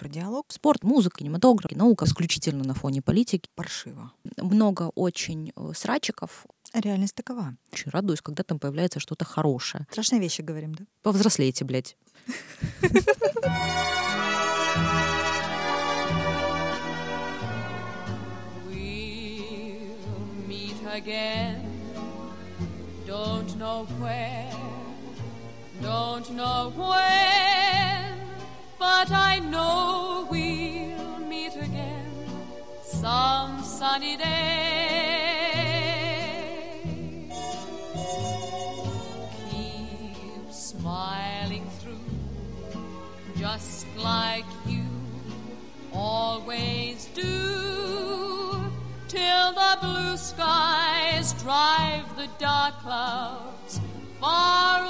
про диалог. Спорт, музыка, кинематограф, наука исключительно на фоне политики. Паршиво. Много очень срачиков. Реальность такова. Очень радуюсь, когда там появляется что-то хорошее. Страшные вещи говорим, да? Повзрослейте, блядь. We'll meet again. Don't know where, don't know when, but I know we'll meet again some sunny day. Keep smiling through, just like you always do, till the blue skies drive the dark clouds far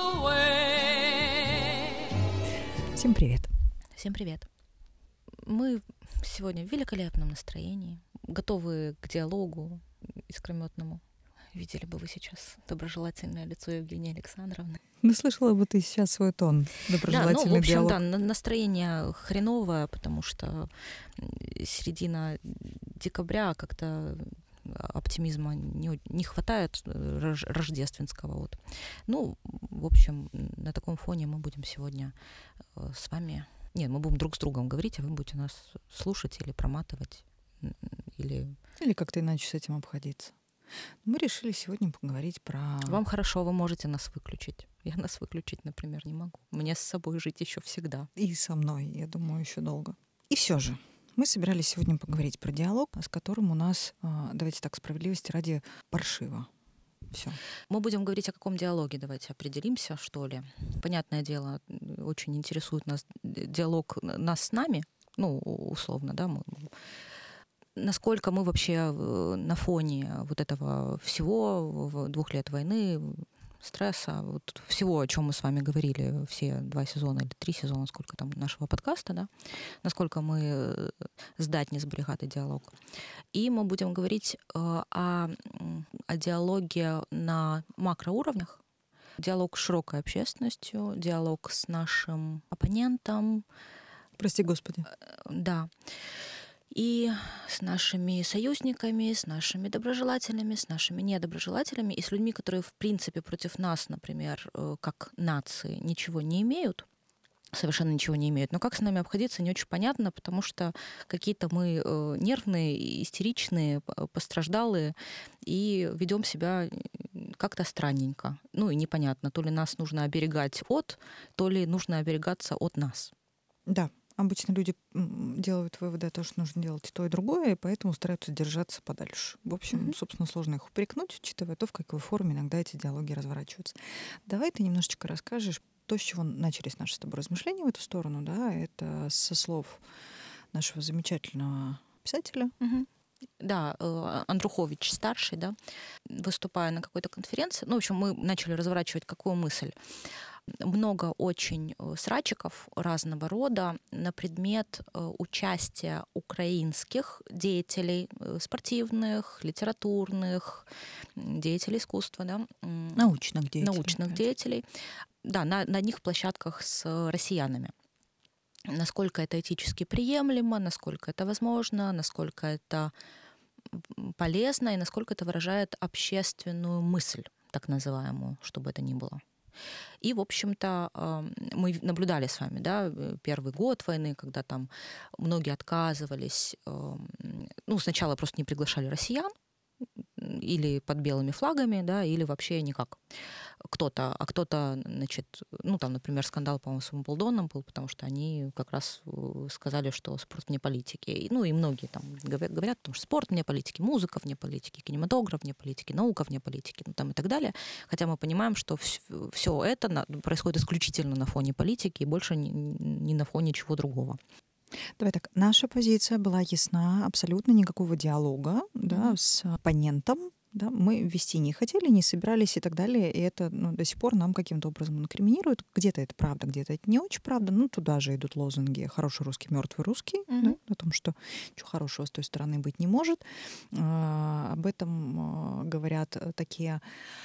away. Всем привет. Всем привет. Мы сегодня в великолепном настроении, готовы к диалогу искрометному. Видели бы вы сейчас доброжелательное лицо Евгении Александровны. Ну, слышала бы ты сейчас свой тон. Доброжелательный в общем, диалог. да, настроение хреновое, потому что середина декабря как-то оптимизма не хватает рождественского. Вот. Ну, в общем, на таком фоне мы будем сегодня с вами... Нет, мы будем друг с другом говорить, а вы будете нас слушать или проматывать, или как-то иначе с этим обходиться. Мы решили сегодня поговорить про... Вам хорошо, вы можете нас выключить. Я нас выключить, например, не могу. Мне с собой жить еще всегда. И со мной, я думаю, еще долго. И все же, мы собирались сегодня поговорить про диалог, с которым у нас, давайте так, справедливости ради, паршиво. Все. Мы будем говорить о каком диалоге, давайте определимся, что ли. Понятное дело, очень интересует нас диалог нас с нами, ну, условно, да, насколько мы вообще на фоне вот этого всего, 2 лет войны, стресса, вот всего, о чем мы с вами говорили все 2 сезона или 3 сезона, сколько там нашего подкаста, да, насколько мы здатны сберегать диалог. И мы будем говорить о диалоге на макроуровнях, диалог с широкой общественностью, диалог с нашим оппонентом. Прости, Господи. Да. И с нашими союзниками, с нашими доброжелателями, с нашими недоброжелателями, и с людьми, которые, в принципе, против нас, например, как нации, ничего не имеют, совершенно ничего не имеют. Но как с нами обходиться, не очень понятно, потому что какие-то мы нервные, истеричные, постраждалые, и ведем себя как-то странненько. Ну и непонятно, то ли нас нужно оберегать от, то ли нужно оберегаться от нас. Да. Обычно люди делают выводы о том, что нужно делать и то, и другое, и поэтому стараются держаться подальше. В общем, собственно, сложно их упрекнуть, учитывая то, в какой форме иногда эти диалоги разворачиваются. Давай ты немножечко расскажешь то, с чего начались наши с тобой размышления в эту сторону. Да? Это со слов нашего замечательного писателя. Да, Андрухович старший, да, выступая на какой-то конференции. Ну, в общем, мы начали разворачивать какую мысль. Много очень срачиков разного рода на предмет участия украинских деятелей спортивных, литературных, деятелей искусства, да, научных деятелей, да, на одних площадках с россиянами. Насколько это этически приемлемо, насколько это возможно, насколько это полезно и насколько это выражает общественную мысль, так называемую, что бы это ни было. И, в общем-то, мы наблюдали с вами, да, первый год войны, когда там многие отказывались, ну, сначала просто не приглашали россиян, или под белыми флагами, да, или вообще никак. Кто-то, значит, ну, там, например, скандал, по-моему, с Уимблдоном был, потому что они как раз сказали, что спорт вне политики. Ну, и многие там говорят, потому что спорт вне политики, музыка вне политики, кинематограф вне политики, наука вне политики, ну, там и так далее. Хотя мы понимаем, что все это происходит исключительно на фоне политики и больше не на фоне чего другого. Давай так, наша позиция была ясна, абсолютно никакого диалога, да, с оппонентом, да, мы вести не хотели, не собирались и так далее, и это до сих пор нам каким-то образом инкриминирует. Где-то это правда, где-то это не очень правда, туда же идут лозунги «хороший русский, мертвый русский», да, о том, что ничего хорошего с той стороны быть не может. Об этом говорят такие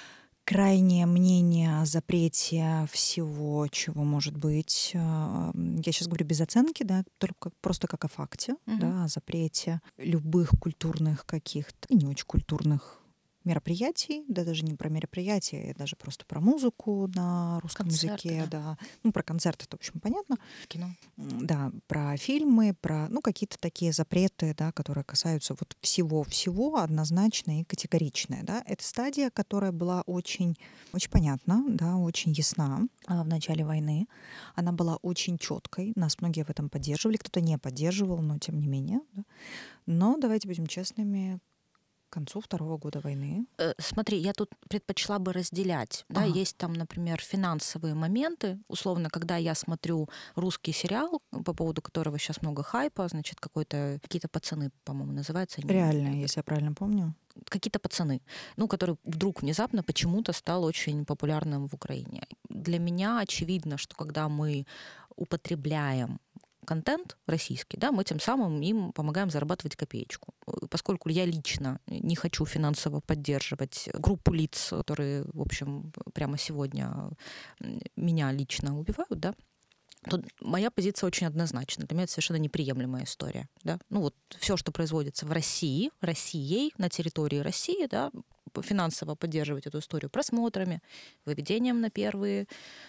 крайнее мнение о запрете всего, чего может быть. Я сейчас говорю без оценки, да, только просто как о факте, да, о запрете любых культурных каких-то и не очень культурных мероприятий, да, даже не про мероприятия, даже просто про музыку на русском языке, да. Ну, про концерты, это, в общем, понятно. Кино. Да, про фильмы, про, ну, какие-то такие запреты, да, которые касаются вот всего-всего однозначно и категоричная, да. Это стадия, которая была очень, очень понятна, да, очень ясна в начале войны. Она была очень четкой, нас многие в этом поддерживали, кто-то не поддерживал, но тем не менее, да. Но давайте будем честными, к концу второго года войны. Смотри, я тут предпочла бы разделять. Да? Есть там, например, финансовые моменты. Условно, когда я смотрю русский сериал, по поводу которого сейчас много хайпа, значит, какие-то пацаны, по-моему, называются. Реально, если я правильно помню. Какие-то пацаны, ну, который вдруг внезапно почему-то стал очень популярным в Украине. Для меня очевидно, что когда мы употребляем контент российский, да, мы тем самым им помогаем зарабатывать копеечку. Поскольку я лично не хочу финансово поддерживать группу лиц, которые, в общем, прямо сегодня меня лично убивают, да, то моя позиция очень однозначна. Для меня это совершенно неприемлемая история. Да? Ну вот все, что производится в России, Россией, на территории России, да, финансово поддерживать эту историю просмотрами, выведением на первые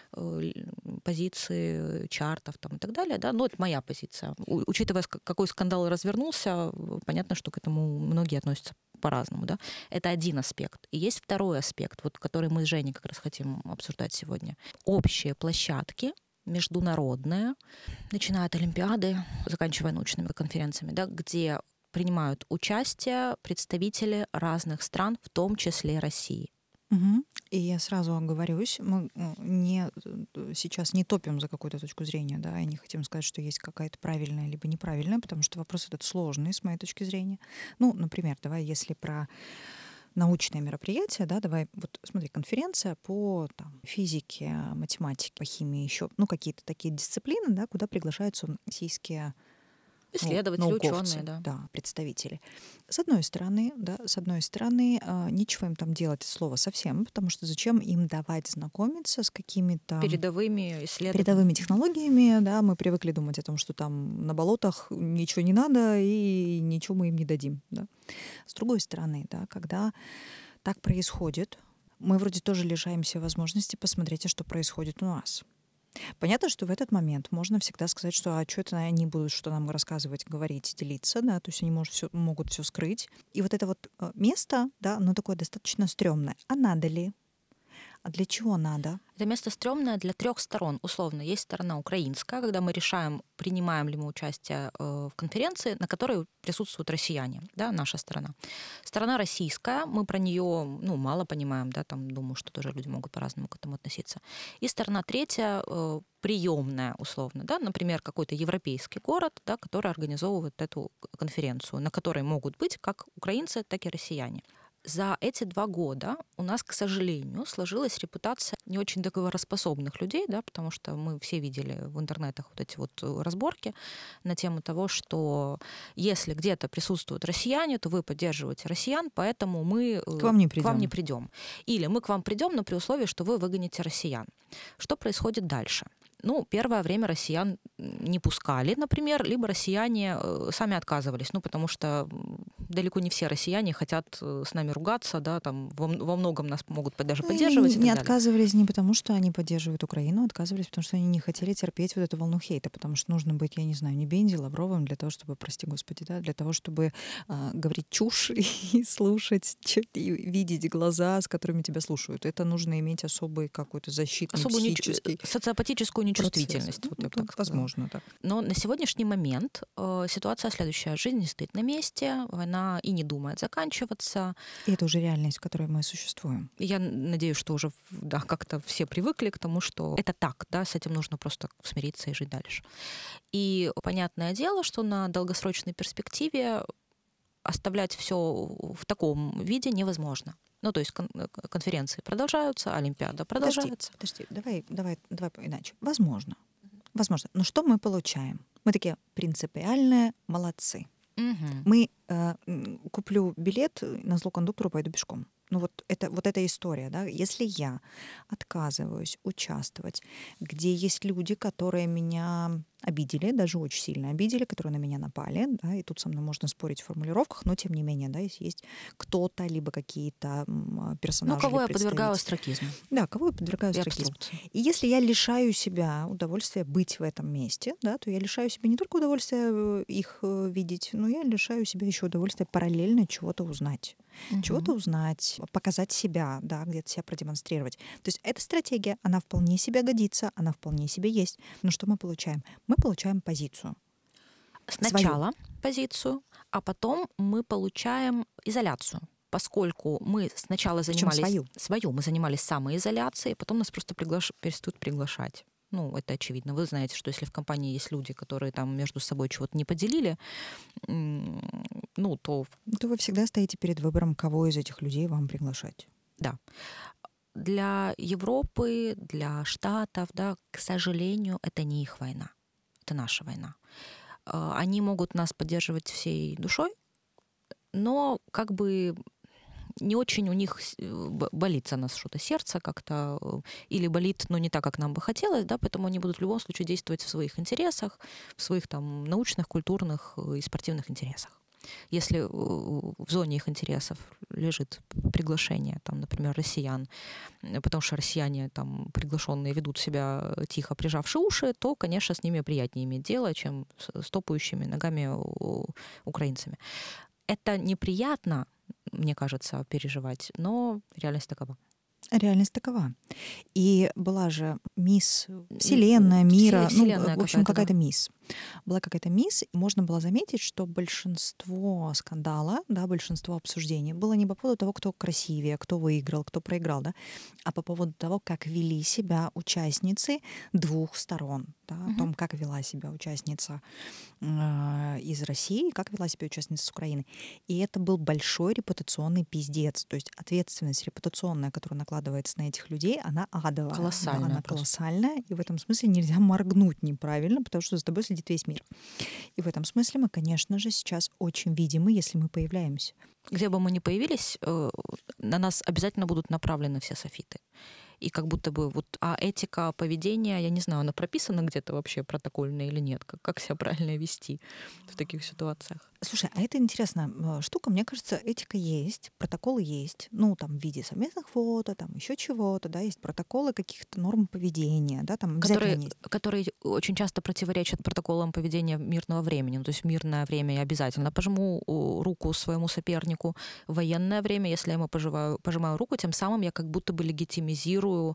позиции чартов там, и так далее. Да? Но это моя позиция. Учитывая, какой скандал развернулся, понятно, что к этому многие относятся по-разному. Да? Это один аспект. И есть второй аспект, вот, который мы с Женей как раз хотим обсуждать сегодня. Общие площадки, международные, начиная от Олимпиады, заканчивая научными конференциями, да, где принимают участие представители разных стран, в том числе России. Угу. И я сразу оговорюсь, мы сейчас не топим за какую-то точку зрения, да, и не хотим сказать, что есть какая-то правильная либо неправильная, потому что вопрос этот сложный с моей точки зрения. Ну, например, давай, если про научное мероприятие, да, давай, вот смотри, конференция по там, физике, математике, по химии, еще, ну, какие-то такие дисциплины, да, куда приглашаются российские исследователи, науковцы, ученые, да, представители. С одной стороны, нечего им там делать слово совсем, потому что зачем им давать знакомиться с какими-то передовыми технологиями, да, мы привыкли думать о том, что там на болотах ничего не надо и ничего мы им не дадим, да. С другой стороны, да, когда так происходит, мы вроде тоже лишаемся возможности посмотреть, что происходит у нас. Понятно, что в этот момент можно всегда сказать, что а что это они будут что нам рассказывать, говорить, делиться, да, то есть они могут все скрыть. И вот это вот место, да, оно такое достаточно стрёмное. А надо ли? А для чего надо? Это место стрёмное для 3 сторон. Условно, есть сторона украинская, когда мы решаем, принимаем ли мы участие в конференции, на которой присутствуют россияне, да, наша сторона. Сторона российская, мы про нее, ну, мало понимаем, да, там, думаю, что тоже люди могут по-разному к этому относиться. И сторона третья, приемная, условно, да, например, какой-то европейский город, да, который организовывает эту конференцию, на которой могут быть как украинцы, так и россияне. За эти 2 года у нас, к сожалению, сложилась репутация не очень договороспособных людей, да, потому что мы все видели в интернетах вот эти вот разборки на тему того, что если где-то присутствуют россияне, то вы поддерживаете россиян, поэтому мы к вам не придем. Или мы к вам придем, но при условии, что вы выгоните россиян. Что происходит дальше? Ну, первое время россиян не пускали, например, либо россияне сами отказывались, ну, потому что далеко не все россияне хотят с нами ругаться, да, там во многом нас могут даже поддерживать. Не отказывались не потому, что они поддерживают Украину, отказывались, потому что они не хотели терпеть вот эту волну хейта, потому что нужно быть, я не знаю, не Бенди, Лавровым для того, чтобы, прости господи, да, для того, чтобы говорить чушь и слушать, и видеть глаза, с которыми тебя слушают. Это нужно иметь особый какой-то защитный, психический... социопатическую нечувствительность. Вот я так возможно, да. Но на сегодняшний момент ситуация следующая. Жизнь не стоит на месте, война и не думает заканчиваться. И это уже реальность, в которой мы существуем. Я надеюсь, что уже да, как-то все привыкли к тому, что это так, да, с этим нужно просто смириться и жить дальше. И понятное дело, что на долгосрочной перспективе оставлять все в таком виде невозможно. Ну, то есть конференции продолжаются, Олимпиада продолжается. Подожди, давай иначе. Возможно. Но что мы получаем? Мы такие принципиальные молодцы. Угу. Мы куплю билет, назло кондуктору пойду пешком. Ну вот эта история, да, если я отказываюсь участвовать, где есть люди, которые меня обидели, даже очень сильно обидели, которые на меня напали, да, и тут со мной можно спорить в формулировках, но тем не менее, да, если есть кто-то, либо какие-то персонажи, кого или я подвергаю представители. остракизму Да, кого я подвергаю и остракизму. обструкции. И если я лишаю себя удовольствия быть в этом месте, да, то я лишаю себя не только удовольствия их видеть, но я лишаю себя еще удовольствия параллельно чего-то узнать. Чего-то узнать, показать себя, да, где-то себя продемонстрировать. То есть эта стратегия, она вполне себе годится, она вполне себе есть. Но что мы получаем? Мы получаем позицию. Сначала позицию, а потом мы получаем изоляцию. Поскольку мы сначала занимались свою, мы занимались самоизоляцией, потом нас просто перестают приглашать. Ну, это очевидно. Вы знаете, что если в компании есть люди, которые там между собой чего-то не поделили, ну, то вы всегда стоите перед выбором, кого из этих людей вам приглашать. Да. Для Европы, для Штатов, да, к сожалению, это не их война. Это наша война. Они могут нас поддерживать всей душой, но как бы не очень у них болит за нас что-то сердце как-то, или болит, но не так, как нам бы хотелось, да, поэтому они будут в любом случае действовать в своих интересах, в своих там научных, культурных и спортивных интересах. Если в зоне их интересов лежит приглашение, там, например, россиян, потому что россияне там приглашенные ведут себя тихо, прижавши уши, то, конечно, с ними приятнее иметь дело, чем с топающими ногами украинцами. Это неприятно, мне кажется, переживать, но реальность такова. Реальность такова. И была же мисс Вселенная, мира, Вселенная в общем, какая-то да. мисс. Была какая-то мисс, и можно было заметить, что большинство скандала, да, большинство обсуждений было не по поводу того, кто красивее, кто выиграл, кто проиграл, да, а по поводу того, как вели себя участницы двух сторон, да, о том, как вела себя участница из России, как вела себя участница с Украины. И это был большой репутационный пиздец. То есть ответственность репутационная, которая накладывается на этих людей, она адовая. Колоссальная. Да, она колоссальная. И в этом смысле нельзя моргнуть неправильно, потому что за тобой следит весь мир. И в этом смысле мы, конечно же, сейчас очень видимы, если мы появляемся. Где бы мы ни появились, на нас обязательно будут направлены все софиты. И как будто бы вот, а этика поведения, я не знаю, она прописана где-то вообще протокольно или нет? Как себя правильно вести в таких ситуациях? Слушай, а это интересная штука. Мне кажется, этика есть, протоколы есть. Ну, там, в виде совместных фото, там, еще чего-то, да, есть протоколы каких-то норм поведения, да, там, которые очень часто противоречат протоколам поведения мирного времени. Ну, то есть в мирное время я обязательно пожму руку своему сопернику. В военное время, если я ему пожимаю руку, тем самым я как будто бы легитимизирую,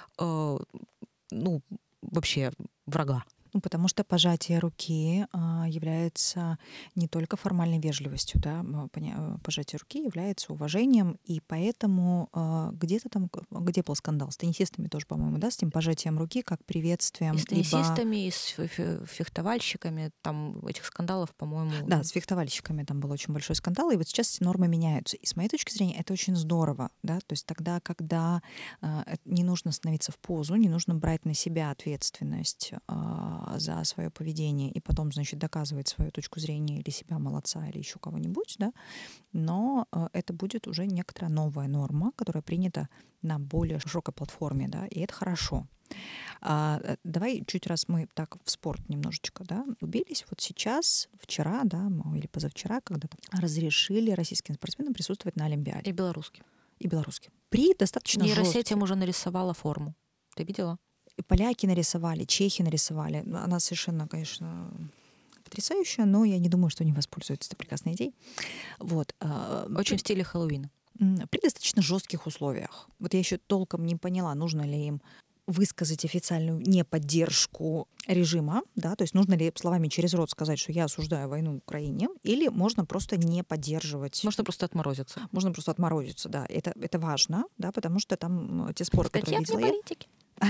вообще врага. Ну, потому что пожатие руки является не только формальной вежливостью, да, пожатие руки является уважением, и поэтому где-то там, где был скандал с теннисистами тоже, по-моему, да, с тем пожатием руки как приветствием. И с теннисистами, и с фехтовальщиками, там этих скандалов, по-моему... Да, с фехтовальщиками там был очень большой скандал, и вот сейчас эти нормы меняются. И с моей точки зрения это очень здорово, да, то есть тогда, когда не нужно становиться в позу, не нужно брать на себя ответственность за свое поведение и потом, значит, доказывать свою точку зрения или себя, молодца, или еще кого-нибудь, да, но это будет уже некоторая новая норма, которая принята на более широкой платформе, да, и это хорошо. Давай чуть раз мы так в спорт немножечко, да, убились. Вот сейчас, вчера, да, или позавчера, когда-то разрешили российским спортсменам присутствовать на Олимпиаде. И белорусским. И белорусским. При достаточно нейросеть им уже нарисовала форму. Ты видела? И поляки нарисовали, чехи нарисовали. Она совершенно, конечно, потрясающая, но я не думаю, что они воспользуются этой прекрасной идеей. Вот. Очень в стиле Хэллоуина. При достаточно жестких условиях. Вот я еще толком не поняла, нужно ли им высказать официальную неподдержку режима, да, то есть нужно ли словами через рот сказать, что я осуждаю войну в Украине, или можно просто не поддерживать. Можно просто отморозиться. Можно просто отморозиться, да. Это важно, да, потому что там те споры, которые видела я... политики.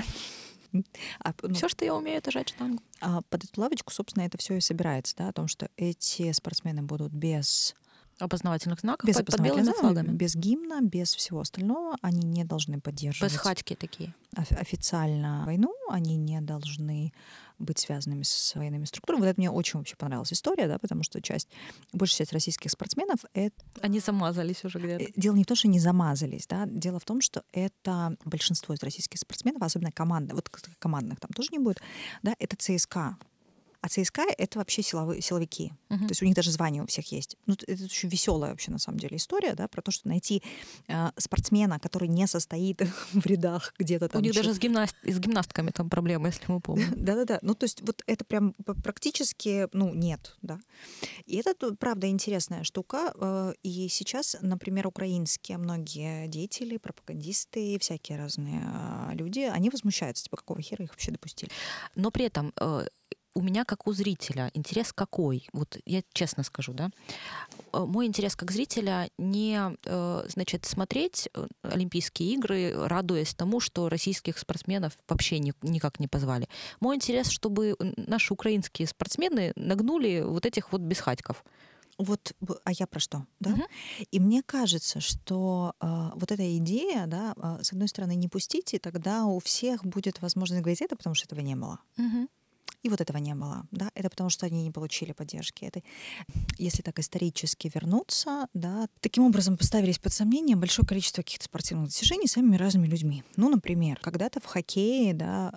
Все, что я умею, это жать штангу. Под эту лавочку, собственно, это все и собирается, да, о том, что эти спортсмены будут без Опознавательных знаков Без под опознавательных белыми знаков, флагами. без гимна, без всего остального. Они не должны поддерживать Без хатьки такие. официально войну, они не должны быть связанными с военными структурами. Вот это мне очень вообще понравилась история, да, потому что большая часть российских спортсменов Они замазались уже где-то. дело не в том, что они замазались, да, дело в том, что это большинство из российских спортсменов, особенно команды, вот командных там тоже не будет, да, это ЦСКА. А ЦСКА — это вообще силовики. То есть у них даже звание у всех есть. Ну, это очень веселая вообще на самом деле история, да, про то, что найти спортсмена, который не состоит в рядах где-то там. У них даже с гимнастками там проблемы, если мы помним. Да-да-да. Ну, то есть вот это прям практически, нет, да. И это, правда, интересная штука. И сейчас, например, украинские многие деятели, пропагандисты, всякие разные люди, они возмущаются, типа, какого хера их вообще допустили. Но при этом у меня, как у зрителя, интерес какой? Вот я честно скажу, да. Мой интерес как зрителя не, смотреть Олимпийские игры, радуясь тому, что российских спортсменов вообще никак не позвали. Мой интерес, чтобы наши украинские спортсмены нагнули вот этих вот безхатьков. Вот, а я про что, да? И мне кажется, что вот эта идея, да, с одной стороны, не пустите, тогда у всех будет возможность говорить это, потому что этого не было. И вот этого не было, да, это потому что они не получили поддержки. Это, если так исторически вернуться, да, таким образом поставились под сомнение большое количество каких-то спортивных достижений самыми разными людьми. Ну, например, когда-то в хоккее, да,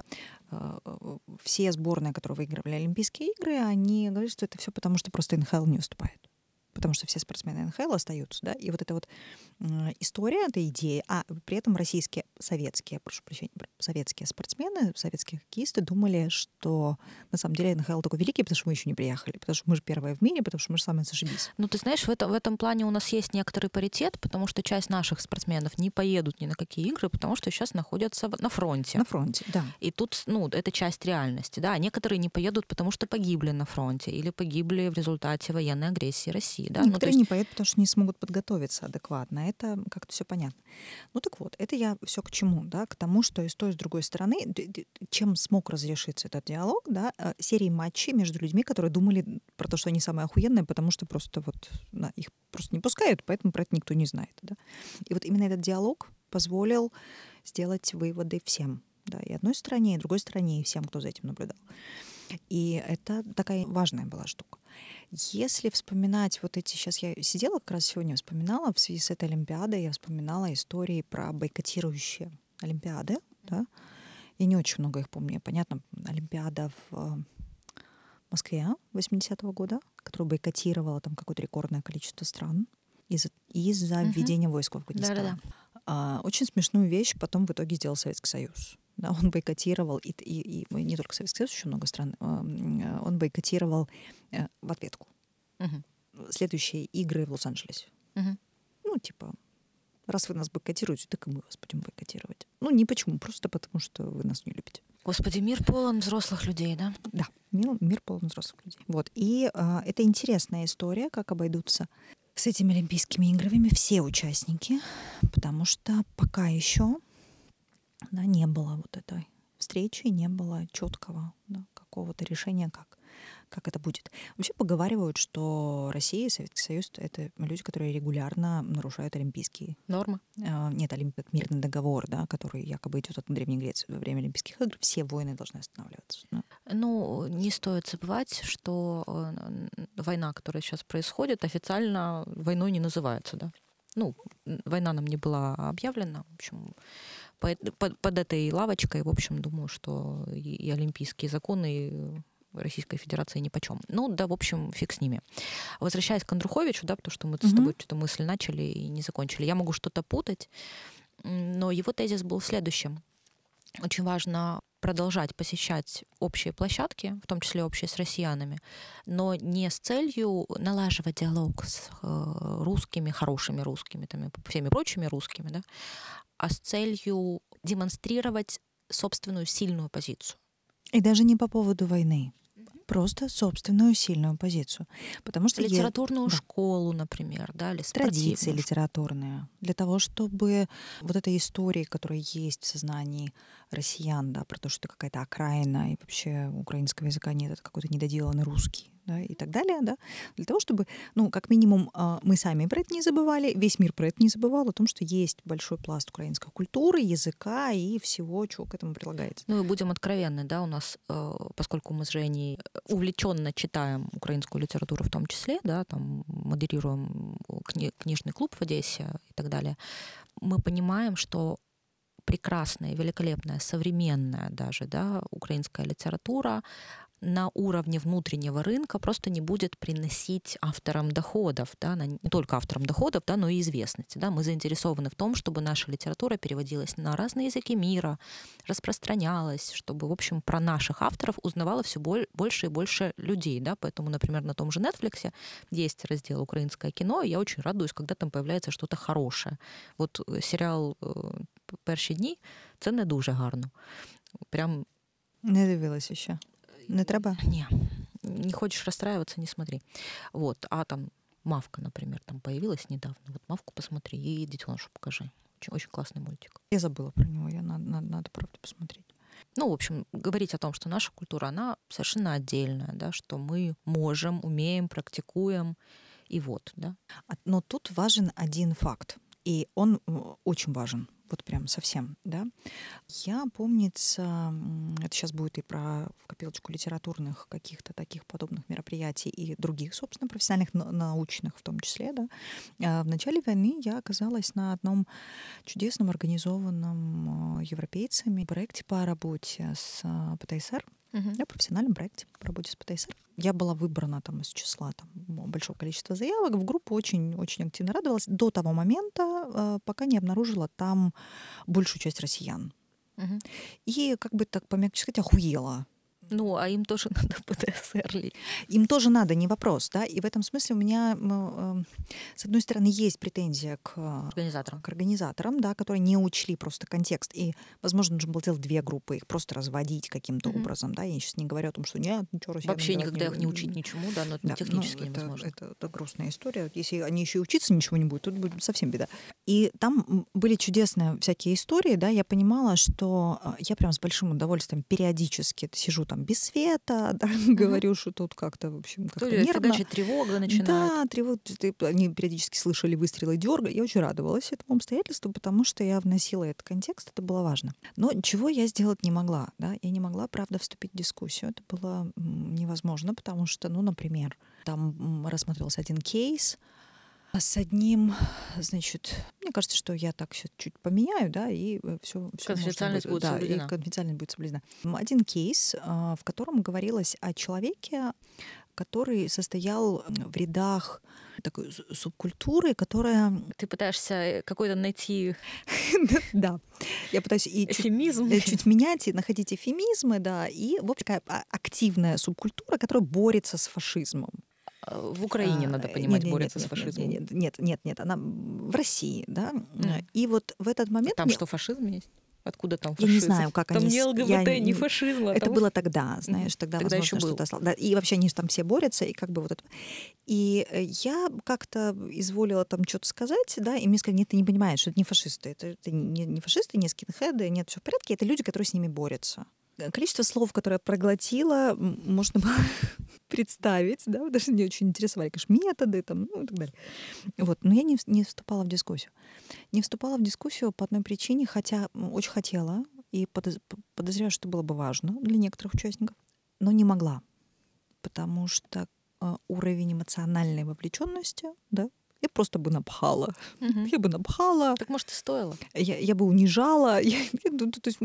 все сборные, которые выигрывали Олимпийские игры, они говорят, что это все потому, что просто НХЛ не уступает. Потому что все спортсмены НХЛ остаются, да, и вот эта вот история, эта идея, а при этом советские спортсмены, советские хоккеисты думали, что на самом деле НХЛ такой великий, потому что мы еще не приехали, потому что мы же первые в мире, потому что мы же самые зашибись. Ну, ты знаешь, в этом плане у нас есть некоторый паритет, потому что часть наших спортсменов не поедут ни на какие игры, потому что сейчас находятся на фронте. На фронте, да. И тут, это часть реальности, да. А некоторые не поедут, потому что погибли на фронте или погибли в результате военной агрессии России. Да? Некоторые не поедут, потому что не смогут подготовиться адекватно. Это как-то все понятно. Ну так вот, это я все к чему, да, к тому, что и с той, и с другой стороны, чем смог разрешиться этот диалог, да, серии матчей между людьми, которые думали про то, что они самые охуенные, потому что просто их просто не пускают, поэтому про это никто не знает, да. И вот именно этот диалог позволил сделать выводы всем, да, и одной стороне, и другой стороне, и всем, кто за этим наблюдал. И это такая важная была штука. Если вспоминать вот эти... Сейчас я сидела как раз сегодня, вспоминала в связи с этой Олимпиадой, я вспоминала истории про бойкотирующие Олимпиады. Да? Я не очень много их помню. Понятно, Олимпиада в Москве 80-го года, которая бойкотировала там какое-то рекордное количество стран из-за введения войск в Афганистан. Да-да-да. Очень смешную вещь потом в итоге сделал Советский Союз. Да, он бойкотировал, и не только Советский Союз, еще много стран, он бойкотировал в ответку. Следующие игры в Лос-Анджелесе. Ну, типа, раз вы нас бойкотируете, так и мы вас будем бойкотировать. Ну, не почему, просто потому что вы нас не любите. Господи, мир полон взрослых людей, да? Да, мир полон взрослых людей. Вот, и это интересная история, как обойдутся с этими Олимпийскими играми все участники, потому что пока еще... Да, не было вот этой встречи, не было четкого, да, какого-то решения, как это будет. Вообще поговаривают, что Россия и Советский Союз — это люди, которые регулярно нарушают олимпийские нормы. Нет, мирный договор, да, который якобы идет от Древней Греции во время Олимпийских игр. Все войны должны останавливаться. Да. Ну, не стоит забывать, что война, которая сейчас происходит, официально войной не называется, да. Ну, война нам не была объявлена, в общем, под этой лавочкой, в общем, думаю, что и олимпийские законы Российской Федерации нипочем. Ну, да, в общем, фиг с ними. Возвращаясь к Андруховичу, да, потому что мы с тобой что-то мысль начали и не закончили. Я могу что-то путать, но его тезис был в следующем. Очень важно продолжать посещать общие площадки, в том числе общие с россиянами, но не с целью налаживать диалог с русскими, хорошими русскими, там, и всеми прочими русскими, да, а с целью демонстрировать собственную сильную позицию. И даже не по поводу войны. Просто собственную сильную позицию. Потому что литературную школу, например, да, или традиции литературные. Для того, чтобы вот этой истории, которая есть в сознании россиян, да, про то, что это какая-то окраина, и вообще украинского языка нет, это какой-то недоделанный русский, да, и так далее, да, для того, чтобы, ну, как минимум, мы сами про это не забывали, весь мир про это не забывал, о том, что есть большой пласт украинской культуры, языка и всего, чего к этому прилагается. Ну и будем откровенны, да, у нас, поскольку мы с Женей увлеченно читаем украинскую литературу в том числе, да, там модерируем книжный клуб в Одессе и так далее, мы понимаем, что прекрасная, великолепная, современная даже, да, украинская литература на уровне внутреннего рынка просто не будет приносить авторам доходов, да, не только авторам доходов, да, но и известности. Да. Мы заинтересованы в том, чтобы наша литература переводилась на разные языки мира, распространялась, чтобы, в общем, про наших авторов узнавало все больше и больше людей. Да. Поэтому, например, на том же Netflix есть раздел «Украинское кино», и я очень радуюсь, когда там появляется что-то хорошее. Вот серіал «Перші дні» — це не дуже гарно. Прям... Не дивилась ще. Не треба? Не хочешь расстраиваться, не смотри. Вот. А там «Мавка», например, там появилась недавно. Вот «Мавку» посмотри и «Детёнышу» покажи. Очень, очень классный мультик. Я забыла про него, надо правда посмотреть. Ну, в общем, говорить о том, что наша культура, она совершенно отдельная, да, что мы можем, умеем, практикуем, и вот, да. Но тут важен один факт, и он очень важен. Вот прям совсем, да. Я, помнится, это сейчас будет и про в копилочку литературных каких-то таких подобных мероприятий и других, собственно, профессиональных, научных в том числе, да. В начале войны я оказалась на одном чудесном организованном европейцами проекте по работе с ПТСР. Я в профессиональном проекте по работе с ПТСР. Я была выбрана там из числа там большого количества заявок. В группу очень активно радовалась до того момента, пока не обнаружила там большую часть россиян. И, как бы так помягче сказать, охуела. Ну, а им тоже надо ПТСР. Им тоже надо, не вопрос, да. И в этом смысле у меня, с одной стороны, есть претензия к организаторам, да, которые не учли просто контекст. И, возможно, нужно было делать две группы, их просто разводить каким-то образом, да. Я сейчас не говорю о том, что нет, ничего россиян вообще никогда их не учить ничему, да, но это технически невозможно. Это грустная история. Если они еще и учиться ничего не будут, тут будет совсем беда. И там были чудесные всякие истории, да. Я понимала, что я прям с большим удовольствием периодически сижу там без света, да, говорю, что тут как-то, в общем, как-то нервно. Значит, тревога начинает. Да, тревога. Они периодически слышали выстрелы дёрга. Я очень радовалась этому обстоятельству, потому что я вносила этот контекст, это было важно. Но чего я сделать не могла, да? Я не могла, правда, вступить в дискуссию. Это было невозможно, потому что, ну, например, там рассматривался один кейс с одним, значит, мне кажется, что я так сейчас чуть поменяю, да, и все конфиденциальность будет соблюдена. И конфиденциальность будет соблюдена. Один кейс, в котором говорилось о человеке, который состоял в рядах такой субкультуры, которая... Ты пытаешься какой-то найти... Да. Я пытаюсь и чуть менять, и находить эвфемизмы, да, и, в общем, такая активная субкультура, которая борется с фашизмом. В Украине, надо понимать, борется с фашизмом. Нет, она в России, да. И вот в этот момент... Там что, фашизм есть? Откуда там фашизм? Я не знаю, как там они... Там не ЛГБТ, не фашизм. Это было тогда, знаешь, тогда возможно, что-то стало. Да, и вообще они же там все борются, и как бы вот это... И я как-то изволила там что-то сказать, да, и мне сказали, нет, ты не понимаешь, что это не фашисты. Это не фашисты, не скинхеды, нет, все в порядке, это люди, которые с ними борются. Количество слов, которые я проглотила, можно было представить, да, даже мне очень интересовали, конечно, методы там, ну, и так далее. Вот. Но я не вступала в дискуссию. Не вступала в дискуссию по одной причине, хотя очень хотела, и подозреваю, что было бы важно для некоторых участников, но не могла, потому что уровень эмоциональной вовлеченности, да, я просто бы напхала. Я бы напхала. Так, может, и стоило. Я бы унижала. То есть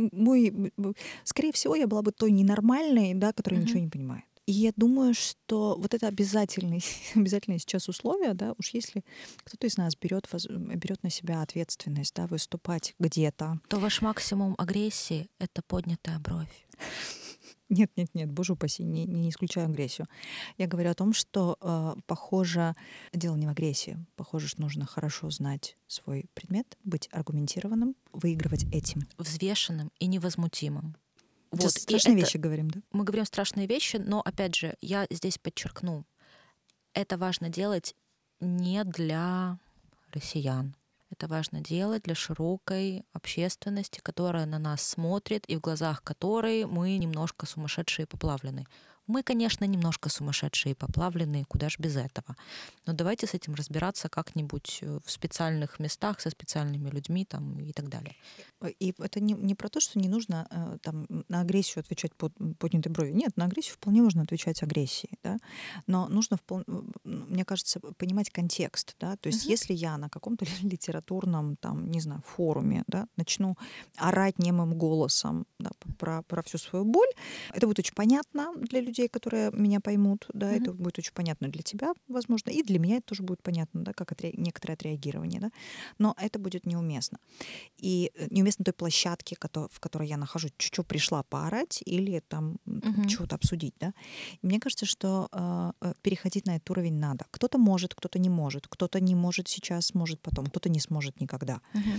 скорее всего, я была бы той ненормальной, да, которая ничего не понимает. И я думаю, что вот это обязательное сейчас условие, да, уж если кто-то из нас берет на себя ответственность, да, выступать где-то. То ваш максимум агрессии — это поднятая бровь. Нет, боже упаси, не исключаю агрессию. Я говорю о том, что, похоже, дело не в агрессии. Похоже, что нужно хорошо знать свой предмет, быть аргументированным, выигрывать этим. Взвешенным и невозмутимым. Вот. Страшные вещи говорим, да? Мы говорим страшные вещи, но, опять же, я здесь подчеркну, это важно делать не для россиян. Это важно делать для широкой общественности, которая на нас смотрит и в глазах которой мы немножко сумасшедшие и поплавлены. Мы, конечно, немножко сумасшедшие и поплавленные, куда ж без этого. Но давайте с этим разбираться как-нибудь в специальных местах, со специальными людьми там, и так далее. И это не про то, что не нужно там, на агрессию отвечать под поднятой бровью. Нет, на агрессию вполне можно отвечать агрессией. Да? Но нужно, мне кажется, понимать контекст. Да? То есть если я на каком-то литературном там, не знаю, форуме, да, начну орать немым голосом, да, про всю свою боль, это будет очень понятно для людей, которые меня поймут. Да? Это будет очень понятно для тебя, возможно, и для меня это тоже будет понятно, да, как некоторое отреагирование. Да? Но это будет неуместно. И неуместно той площадке, в которой я нахожусь, чуть-чуть пришла поорать или там чего-то обсудить. Да? И мне кажется, что переходить на этот уровень надо. Кто-то может, кто-то не может. Кто-то не может сейчас, может потом. Кто-то не сможет никогда.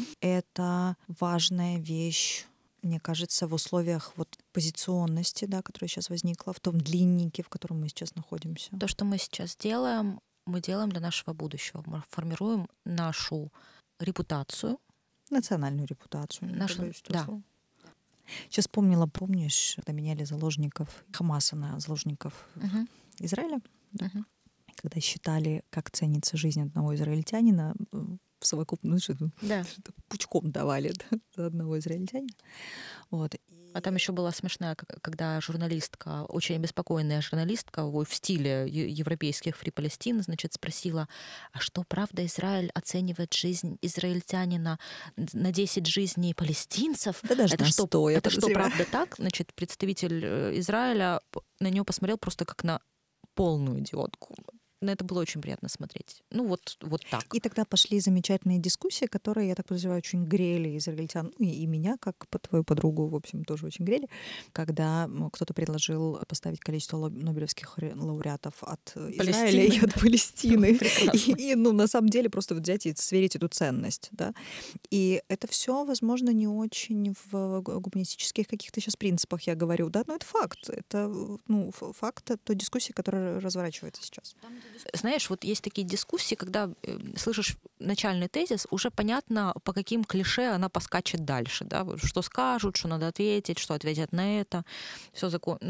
Это важная вещь, мне кажется, в условиях вот позиционности, да, которая сейчас возникла, в том длиннике, в котором мы сейчас находимся. То, что мы сейчас делаем, мы делаем для нашего будущего. Мы формируем нашу репутацию. Национальную репутацию. Да. Сейчас помнишь, когда меняли заложников Хамаса на заложников Израиля? Да? Когда считали, как ценится жизнь одного израильтянина, в совокупности пучком давали за одного израильтянина. Вот. А там еще была смешная, когда журналистка, очень обеспокоенная журналистка в стиле европейских Free Palestine, значит, спросила, а что, правда, Израиль оценивает жизнь израильтянина на 10 жизней палестинцев? Да даже это на что, 100, это что, правда так? Значит, представитель Израиля на нее посмотрел просто как на полную идиотку. На это было очень приятно смотреть. Ну, вот так. И тогда пошли замечательные дискуссии, которые, я так подозреваю, очень грели израильтян, ну, и меня, как твою подругу, в общем, тоже очень грели, когда кто-то предложил поставить количество нобелевских лауреатов от Израиля и от Палестины. И, на самом деле, просто взять и сверить эту ценность. Да? И это все, возможно, не очень в гуманистических каких-то сейчас принципах я говорю, да, но это факт. Это, факт той дискуссии, которая разворачивается сейчас. Знаешь, вот есть такие дискуссии, когда слышишь начальный тезис, уже понятно, по каким клише она поскачет дальше, да, что скажут, что надо ответить, что ответят на это, все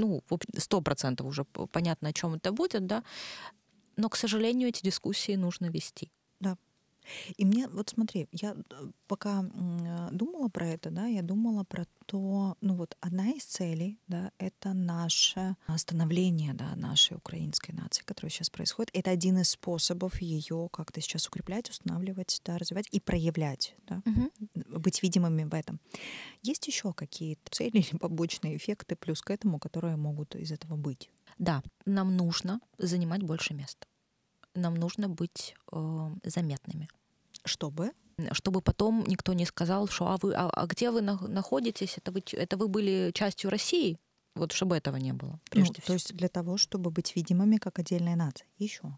100% уже понятно, о чем это будет, да, но, к сожалению, эти дискуссии нужно вести. Да. И мне, вот смотри, я пока думала про это, да, я думала про то, одна из целей, да, это наше становление, да, нашей украинской нации, которая сейчас происходит. Это один из способов ее как-то сейчас укреплять, устанавливать, да, развивать и проявлять, да, быть видимыми в этом. Есть еще какие-то цели или побочные эффекты плюс к этому, которые могут из этого быть? Да, нам нужно занимать больше места. Нам нужно быть заметными. Чтобы потом никто не сказал, что где вы находитесь, это вы были частью России, вот чтобы этого не было, прежде всего. То есть для того, чтобы быть видимыми как отдельная нация. Еще.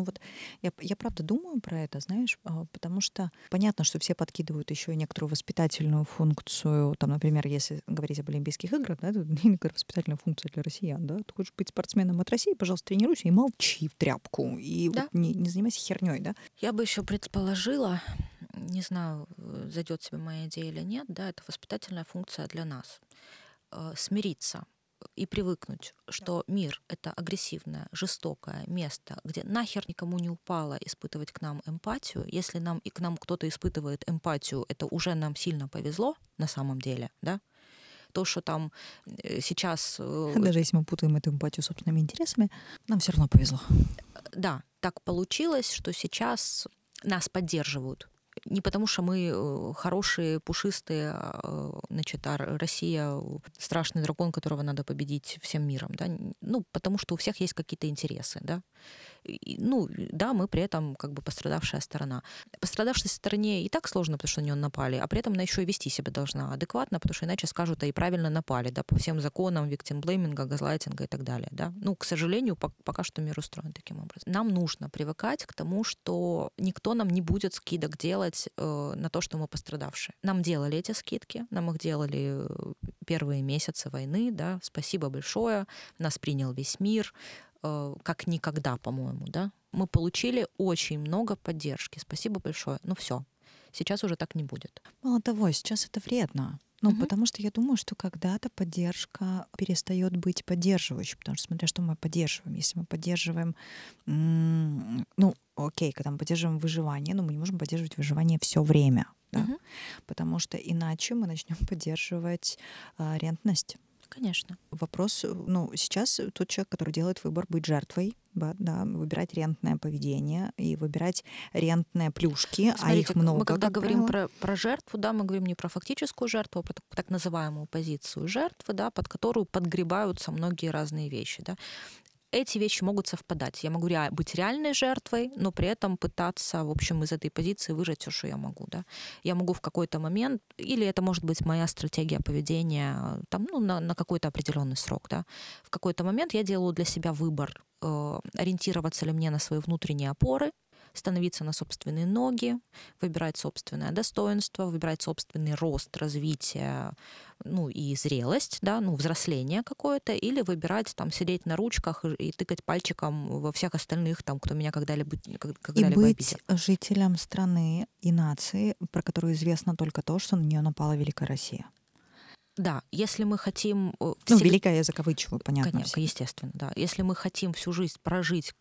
Я правда думаю про это, знаешь, потому что понятно, что все подкидывают еще и некоторую воспитательную функцию. Там, например, если говорить об Олимпийских играх, да, это некоторая воспитательная функция для россиян. Да? Ты хочешь быть спортсменом от России, пожалуйста, тренируйся и молчи в тряпку. И да? не занимайся херней, да? Я бы еще предположила, не знаю, зайдет тебе моя идея или нет, да, это воспитательная функция для нас. Смириться и привыкнуть, что мир — это агрессивное, жестокое место, где нахер никому не упало испытывать к нам эмпатию. Если к нам кто-то испытывает эмпатию, это уже нам сильно повезло на самом деле, да? То, что там сейчас... Даже если мы путаем эту эмпатию с собственными интересами, нам все равно повезло. Да, так получилось, что сейчас нас поддерживают. Не потому, что мы хорошие, пушистые, значит, а Россия — страшный дракон, которого надо победить всем миром, да? Потому что у всех есть какие-то интересы, да? Да, мы при этом как бы пострадавшая сторона. Пострадавшей стороне и так сложно, потому что на нее напали, а при этом она еще и вести себя должна адекватно, потому что иначе скажут, и правильно напали, да, по всем законам виктимблейминга, газлайтинга и так далее, да. К сожалению, пока что мир устроен таким образом. Нам нужно привыкать к тому, что никто нам не будет скидок делать на то, что мы пострадавшие. Нам делали эти скидки, нам их делали первые месяцы войны, да, спасибо большое, нас принял весь мир, как никогда, по-моему, да. Мы получили очень много поддержки. Спасибо большое. Все. Сейчас уже так не будет. Мало того, сейчас это вредно. Потому что я думаю, что когда-то поддержка перестает быть поддерживающей, потому что смотря что мы поддерживаем. Если мы поддерживаем, окей, когда мы поддерживаем выживание, но мы не можем поддерживать выживание все время, да? Потому что иначе мы начнем поддерживать рентность. Конечно. Вопрос, сейчас тот человек, который делает выбор быть жертвой, да, выбирать рентное поведение и выбирать рентные плюшки, Смотрите, а их много. Мы когда говорим про жертву, да, мы говорим не про фактическую жертву, а про так называемую позицию жертвы, да, под которую подгребаются многие разные вещи, да. Эти вещи могут совпадать. Я могу быть реальной жертвой, но при этом пытаться, в общем, из этой позиции выжать все, что я могу. Да? Я могу в какой-то момент, или это может быть моя стратегия поведения там, на какой-то определенный срок. Да? В какой-то момент я делаю для себя выбор, ориентироваться ли мне на свои внутренние опоры, становиться на собственные ноги, выбирать собственное достоинство, выбирать собственный рост, развитие, и зрелость, да, взросление какое-то, или выбирать там сидеть на ручках и тыкать пальчиком во всех остальных, там, кто меня когда-либо и быть обидел. Жителем страны и нации, про которую известно только то, что на нее напала Великая Россия. Да, если мы хотим... великая я закавычиваю, понятно. Конечно, естественно, да. Если мы хотим всю жизнь прожить,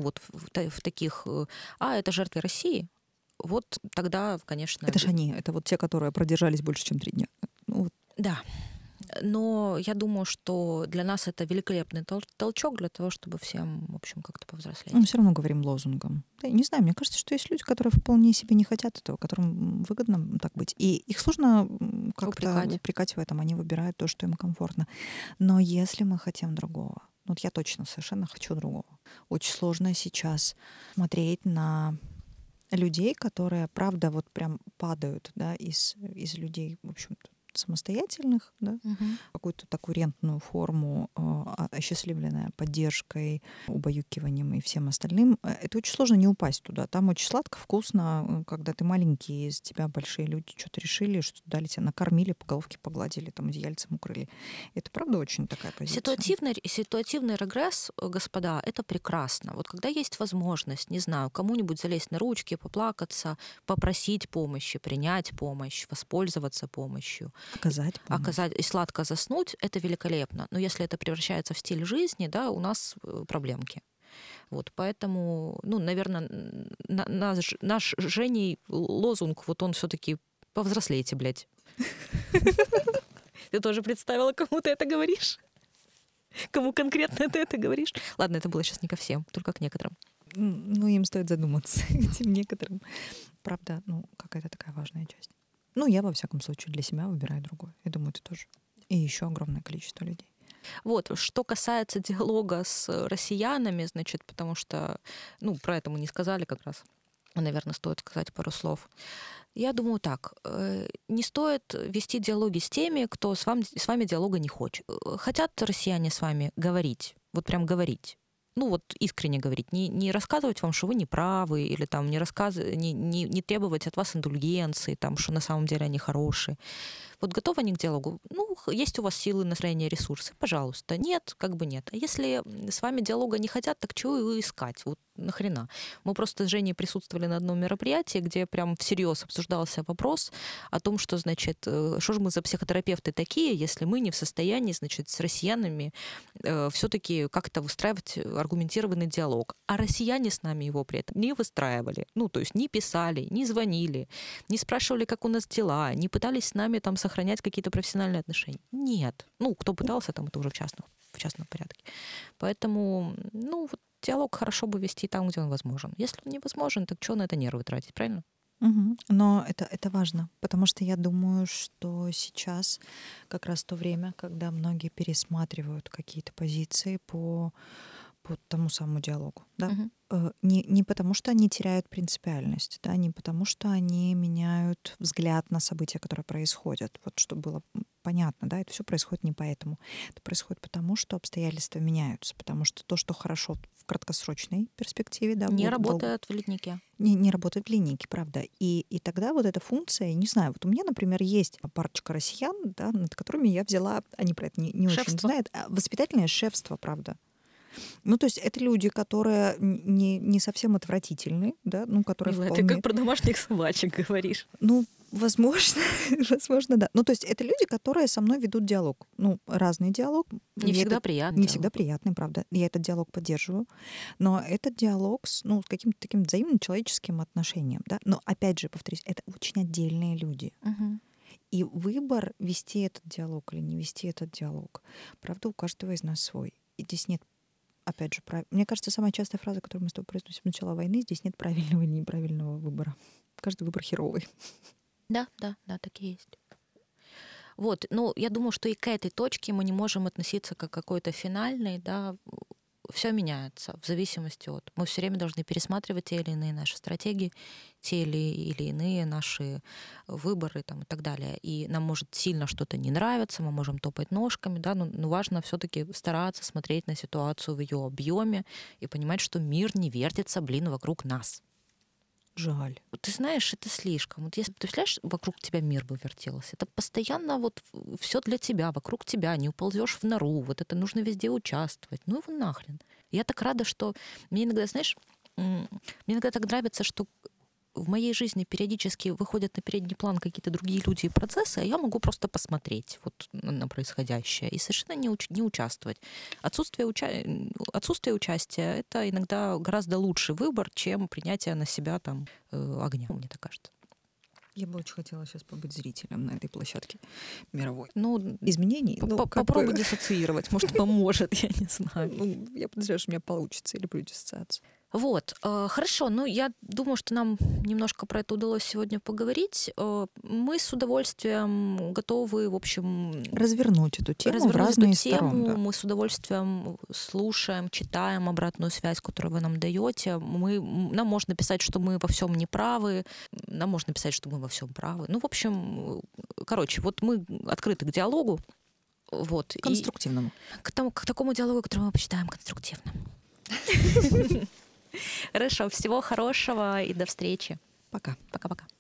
в таких... это жертвы России, вот тогда, конечно... Это же они, это вот те, которые продержались больше, чем 3 дня. Да. Но я думаю, что для нас это великолепный толчок для того, чтобы всем, в общем, как-то повзрослеть. Мы все равно говорим лозунгом. Я не знаю, мне кажется, что есть люди, которые вполне себе не хотят этого, которым выгодно так быть. И их сложно как-то упрекать в этом. Они выбирают то, что им комфортно. Но если мы хотим другого, я точно совершенно хочу другого. Очень сложно сейчас смотреть на людей, которые, правда, вот прям падают, да, из людей, в общем-то, самостоятельных, да, какую-то такую рентную форму, осчастливленная поддержкой, убаюкиванием и всем остальным. Это очень сложно не упасть туда. Там очень сладко, вкусно, когда ты маленький, из тебя большие люди что-то решили, что дали тебе, накормили, по головке погладили, там, одеяльцем укрыли. Это правда очень такая позиция. Ситуативный регресс, господа, это прекрасно. Вот когда есть возможность, не знаю, кому-нибудь залезть на ручки, поплакаться, попросить помощи, принять помощь, воспользоваться помощью, оказать и сладко заснуть, это великолепно. Но если это превращается в стиль жизни, да, у нас проблемки. Вот, поэтому, наверное, наш Женей лозунг, вот он все-таки повзрослейте, блядь. Ты тоже представила, кому ты это говоришь? Кому конкретно ты это говоришь? Ладно, это было сейчас не ко всем, только к некоторым. Им стоит задуматься, этим некоторым. Правда, какая-то такая важная часть. Я, во всяком случае, для себя выбираю другое. Я думаю, ты тоже. И еще огромное количество людей. Вот, что касается диалога с россиянами, значит, потому что, про это мы не сказали как раз. Наверное, стоит сказать пару слов. Я думаю так, не стоит вести диалоги с теми, кто с вами диалога не хочет. Хотят россияне с вами говорить, вот прям говорить. Искренне говорить, не рассказывать вам, что вы не правы, или там не требовать от вас индульгенции, там, что на самом деле они хорошие. Вот готовы они к диалогу? Есть у вас силы, настроение, ресурсы? Пожалуйста. Нет, как бы нет. А если с вами диалога не хотят, так чего его искать? Вот нахрена? Мы просто с Женей присутствовали на одном мероприятии, где прям всерьез обсуждался вопрос о том, что, значит, что же мы за психотерапевты такие, если мы не в состоянии, значит, с россиянами все-таки как-то выстраивать аргументированный диалог. А россияне с нами его при этом не выстраивали. То есть не писали, не звонили, не спрашивали, как у нас дела, не пытались с нами там сохранять какие-то профессиональные отношения. Нет. Кто пытался, там это уже в частном порядке. Поэтому, диалог хорошо бы вести там, где он возможен. Если он невозможен, так что на это нервы тратить, правильно? Угу. Но это важно, потому что я думаю, что сейчас как раз то время, когда многие пересматривают какие-то позиции по тому самому диалогу. Да? Не потому, что они теряют принципиальность, да? Не потому, что они меняют взгляд на события, которые происходят. Вот чтобы было понятно, да, это все происходит не поэтому. Это происходит потому, что обстоятельства меняются, потому что то, что хорошо в краткосрочной перспективе, да, не работает в линейке. Не работает в линейке, правда. И тогда вот эта функция, не знаю, вот у меня, например, есть парочка россиян, да, над которыми я взяла, они про это не очень знают, воспитательное шефство, правда. Ну, то есть это люди, которые не совсем отвратительны, да, ну, которые Милая, вполне... ты как про домашних собачек говоришь. Ну, возможно, возможно, да. Ну, то есть это люди, которые со мной ведут диалог. Ну, разный диалог. Не всегда приятный. Не всегда приятный, правда. Я этот диалог поддерживаю. Но этот диалог с каким-то таким взаимным человеческим отношением, да. Но, опять же, повторюсь, это очень отдельные люди. Угу. И выбор, вести этот диалог или не вести этот диалог, правда, у каждого из нас свой. И здесь нет, опять же, мне кажется, самая частая фраза, которую мы с тобой произносим с начала войны, здесь нет правильного или неправильного выбора. Каждый выбор херовый. Да, так и есть. Вот, ну, я думаю, что и к этой точке мы не можем относиться как к какой-то финальной, да, все меняется в зависимости от... Мы все время должны пересматривать те или иные наши стратегии, те или иные наши выборы там, и так далее. И нам может сильно что-то не нравиться, мы можем топать ножками, да, но важно все-таки стараться смотреть на ситуацию в ее объеме и понимать, что мир не вертится, вокруг нас. Жаль. Ты знаешь, это слишком. Вот если ты представляешь, вокруг тебя мир бы вертелся, это постоянно вот все для тебя, вокруг тебя, не уползешь в нору, вот это нужно везде участвовать. Ну его нахрен. Я так рада, что мне иногда, знаешь, мне иногда так нравится, что в моей жизни периодически выходят на передний план какие-то другие люди и процессы, а я могу просто посмотреть вот на происходящее и совершенно не участвовать. Отсутствие участия — это иногда гораздо лучший выбор, чем принятие на себя там огня, мне так кажется. Я бы очень хотела сейчас побыть зрителем на этой площадке мировой. Ну, изменений. Попробуй диссоциировать, может, поможет, я не знаю. Ну, я подозреваю, что у меня получится, я люблю диссоциацию. Вот, хорошо, ну я думаю, что нам немножко про это удалось сегодня поговорить. Мы с удовольствием готовы, в общем... развернуть эту тему в разные стороны. Да. Мы с удовольствием слушаем, читаем обратную связь, которую вы нам даете. Нам можно писать, что мы во всем не правы, нам можно писать, что мы во всем правы. Ну, в общем, короче, вот мы открыты к диалогу. Вот, конструктивному. К такому диалогу, который мы посчитаем конструктивным. Хорошо, всего хорошего и до встречи. Пока. Пока-пока.